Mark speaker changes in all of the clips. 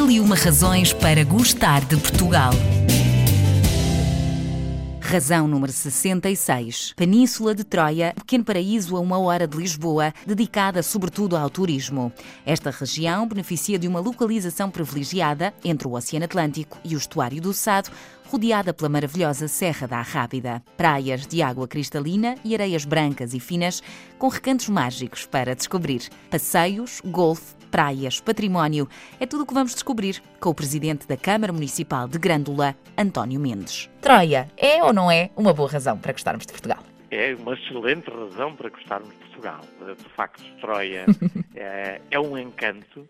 Speaker 1: 1001 razões para gostar de Portugal. Razão número 66. Península de Troia, pequeno paraíso a 1 hora de Lisboa, dedicada sobretudo ao turismo. Esta região beneficia de uma localização privilegiada entre o Oceano Atlântico e o estuário do Sado, rodeada pela maravilhosa Serra da Arrábida. Praias de água cristalina e areias brancas e finas, com recantos mágicos para descobrir. Passeios, golfe, praias, património, é tudo o que vamos descobrir com o Presidente da Câmara Municipal de Grândola, António Mendes. Troia é ou não é uma boa razão para gostarmos de Portugal?
Speaker 2: É uma excelente razão para gostarmos de Portugal. De facto, Troia é um encanto,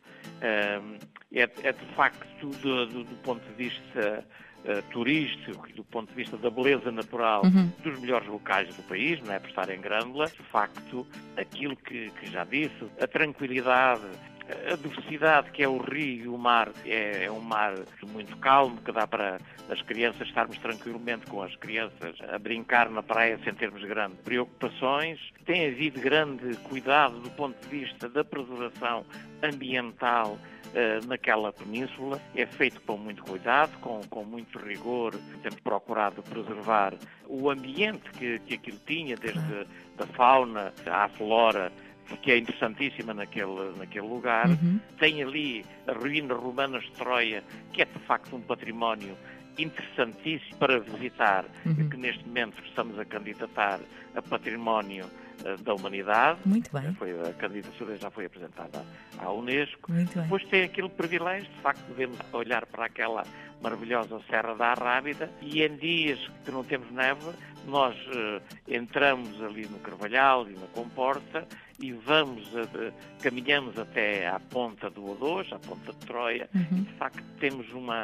Speaker 2: é de facto do ponto de vista turístico e do ponto de vista da beleza natural dos melhores locais do país, não é? Por estar em Grândola. De facto, aquilo que já disse, a tranquilidade, a diversidade que é o rio e o mar, é um mar muito calmo, que dá para as crianças estarmos tranquilamente com as crianças a brincar na praia sem termos grandes preocupações. Tem havido grande cuidado do ponto de vista da preservação ambiental naquela península. É feito com muito cuidado, com muito rigor. Temos procurado preservar o ambiente que aquilo tinha, desde da fauna à flora, que é interessantíssima naquele lugar. Tem ali as ruínas romanas de Troia, que é de facto um património interessantíssimo para visitar, que neste momento estamos a candidatar a património da humanidade.
Speaker 1: Muito bem.
Speaker 2: A candidatura já foi apresentada à Unesco.
Speaker 1: Muito bem.
Speaker 2: Depois tem aquele privilégio, de facto, podemos olhar para aquela maravilhosa Serra da Arrábida, e em dias que não temos neve, nós entramos ali no Carvalhal e na Comporta e caminhamos até à ponta do Adouro, à ponta de Troia, e de facto temos uma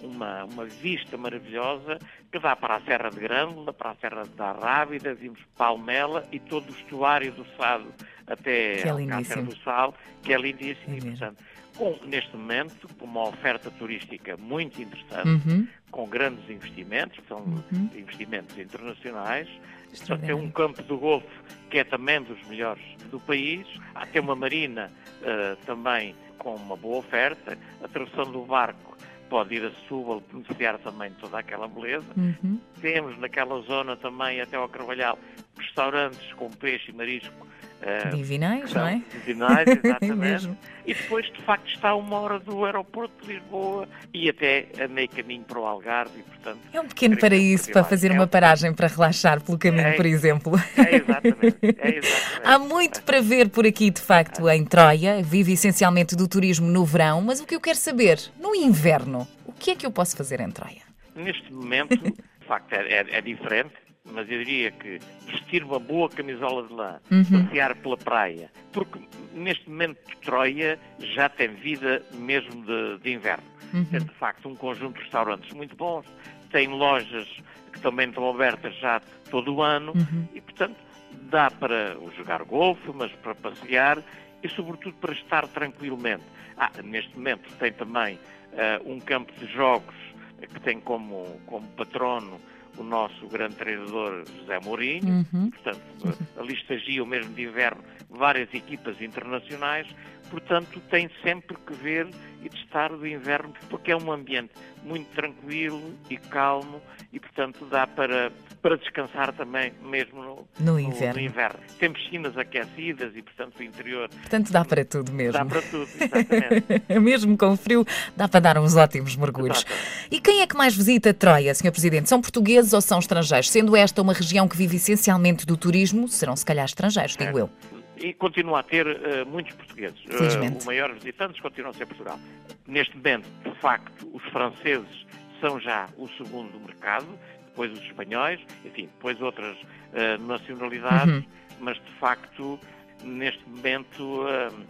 Speaker 2: vista maravilhosa que dá para a Serra de Grândola, para a Serra da Arrábida, vimos Palmela e todo o estuário do Sado até Alcácer do Sal, que é lindíssimo. E, portanto, neste momento, com uma oferta turística muito interessante, com grandes investimentos, que são investimentos internacionais. Tem um campo de golfe que é também dos melhores do país. Há até uma marina também com uma boa oferta. A atravessão do barco pode ir a Setúbal, beneficiar também de toda aquela beleza. Temos naquela zona também, até ao Carvalhal, restaurantes com peixe e marisco
Speaker 1: divinais, não é?
Speaker 2: Divinais, exatamente.
Speaker 1: Mesmo.
Speaker 2: E depois, de facto, está a 1 hora do aeroporto de Lisboa e até a meio caminho para o Algarve. E, portanto,
Speaker 1: é um pequeno paraíso para fazer uma paragem para relaxar pelo caminho, por exemplo.
Speaker 2: Exatamente.
Speaker 1: Há muito para ver por aqui, de facto, em Troia. Vive essencialmente do turismo no verão, mas o que eu quero saber, no inverno, o que é que eu posso fazer em Troia?
Speaker 2: Neste momento, de facto, é diferente. Mas eu diria que vestir uma boa camisola de lã, passear pela praia, porque neste momento Troia já tem vida mesmo de inverno. Tem de facto um conjunto de restaurantes muito bons, tem lojas que também estão abertas já todo o ano e, portanto, dá para jogar golfe, mas para passear e, sobretudo, para estar tranquilamente. Neste momento tem também um campo de jogos que tem como patrono o nosso grande treinador José Mourinho. Portanto, ali estagiam mesmo de inverno várias equipas internacionais, portanto tem sempre que ver e testar do inverno, porque é um ambiente muito tranquilo e calmo e, portanto, dá para descansar também mesmo no inverno. Tem piscinas aquecidas e, portanto, o interior...
Speaker 1: Portanto, dá para tudo mesmo.
Speaker 2: Dá para tudo, exatamente.
Speaker 1: Mesmo com frio, dá para dar uns ótimos mergulhos. Exatamente. E quem é que mais visita Troia, Sr. Presidente? São portugueses ou são estrangeiros? Sendo esta uma região que vive essencialmente do turismo, serão se calhar estrangeiros, digo eu.
Speaker 2: E continua a ter muitos portugueses. Os maiores visitantes continuam a ser Portugal. Neste momento, de facto, os franceses são já o segundo mercado, depois os espanhóis, enfim, depois outras nacionalidades, mas de facto, neste momento,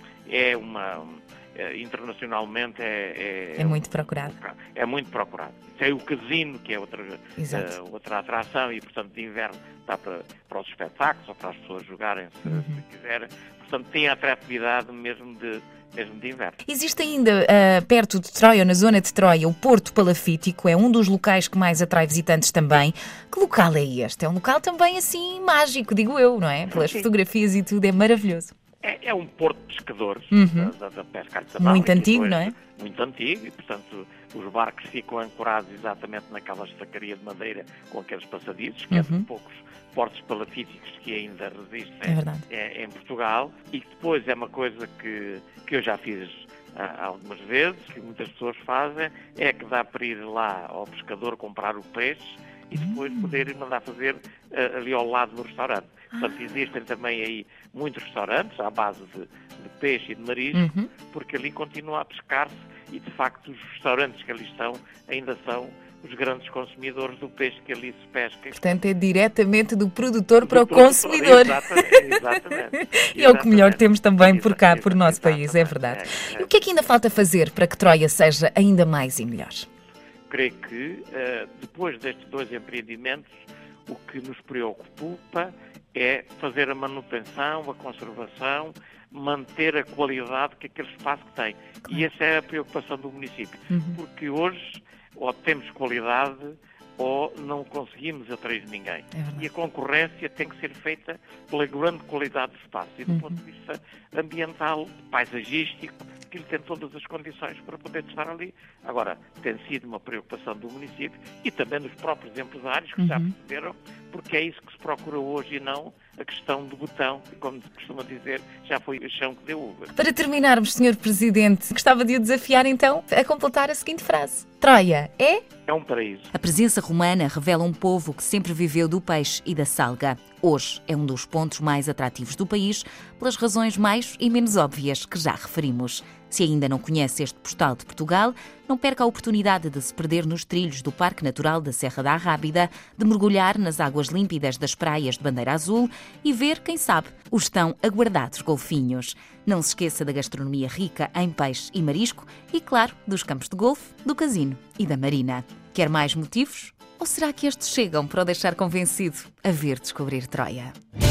Speaker 2: internacionalmente é
Speaker 1: muito procurado.
Speaker 2: É muito procurado. Tem o casino, que é outra atração, e, portanto, de inverno dá para os espetáculos ou para as pessoas jogarem, se quiserem. Portanto, tem a atratividade mesmo de inverno.
Speaker 1: Existe ainda, perto de Troia, na zona de Troia, o Porto Palafítico, é um dos locais que mais atrai visitantes também. Que local é este? É um local também assim mágico, digo eu, não é? Pelas fotografias e tudo, é maravilhoso.
Speaker 2: É um porto de pescadores da pesca artesanal.
Speaker 1: Muito antigo, não é?
Speaker 2: Muito antigo, e portanto os barcos ficam ancorados exatamente naquela estacaria de madeira com aqueles passadiços, que é dos poucos portos palafíticos que ainda resistem em Portugal, e que depois é uma coisa que eu já fiz algumas vezes, que muitas pessoas fazem, é que dá para ir lá ao pescador comprar o peixe e depois poder mandar fazer ali ao lado do restaurante. Portanto, existem também aí muitos restaurantes à base de peixe e de marisco, porque ali continua a pescar-se e, de facto, os restaurantes que ali estão ainda são os grandes consumidores do peixe que ali se pesca.
Speaker 1: Portanto, é diretamente do produtor para o consumidor.
Speaker 2: Exatamente.
Speaker 1: E é o que melhor temos também por cá, por nosso país, é verdade. E o que é que ainda falta fazer para que Troia seja ainda mais e melhor?
Speaker 2: Creio que, depois destes 2 empreendimentos, o que nos preocupa é fazer a manutenção, a conservação, manter a qualidade que aquele espaço tem. Claro. E essa é a preocupação do município. Porque hoje, ou temos qualidade, ou não conseguimos atrair ninguém. E a concorrência tem que ser feita pela grande qualidade do espaço. E do ponto de vista ambiental, paisagístico, que ele tem todas as condições para poder estar ali. Agora, tem sido uma preocupação do município e também dos próprios empresários que já perceberam, porque é isso que se procura hoje e não a questão do botão, como se costuma dizer, já foi o chão que deu uva.
Speaker 1: Para terminarmos, Sr. Presidente, gostava de o desafiar então a completar a seguinte frase. Troia é
Speaker 2: um paraíso.
Speaker 1: A presença romana revela um povo que sempre viveu do peixe e da salga. Hoje é um dos pontos mais atrativos do país, pelas razões mais e menos óbvias que já referimos. Se ainda não conhece este postal de Portugal, não perca a oportunidade de se perder nos trilhos do Parque Natural da Serra da Arrábida, de mergulhar nas águas límpidas das praias de bandeira azul e ver, quem sabe, os tão aguardados golfinhos. Não se esqueça da gastronomia rica em peixe e marisco e, claro, dos campos de golfe, do casino e da marina. Quer mais motivos? Ou será que estes chegam para o deixar convencido a vir descobrir Troia?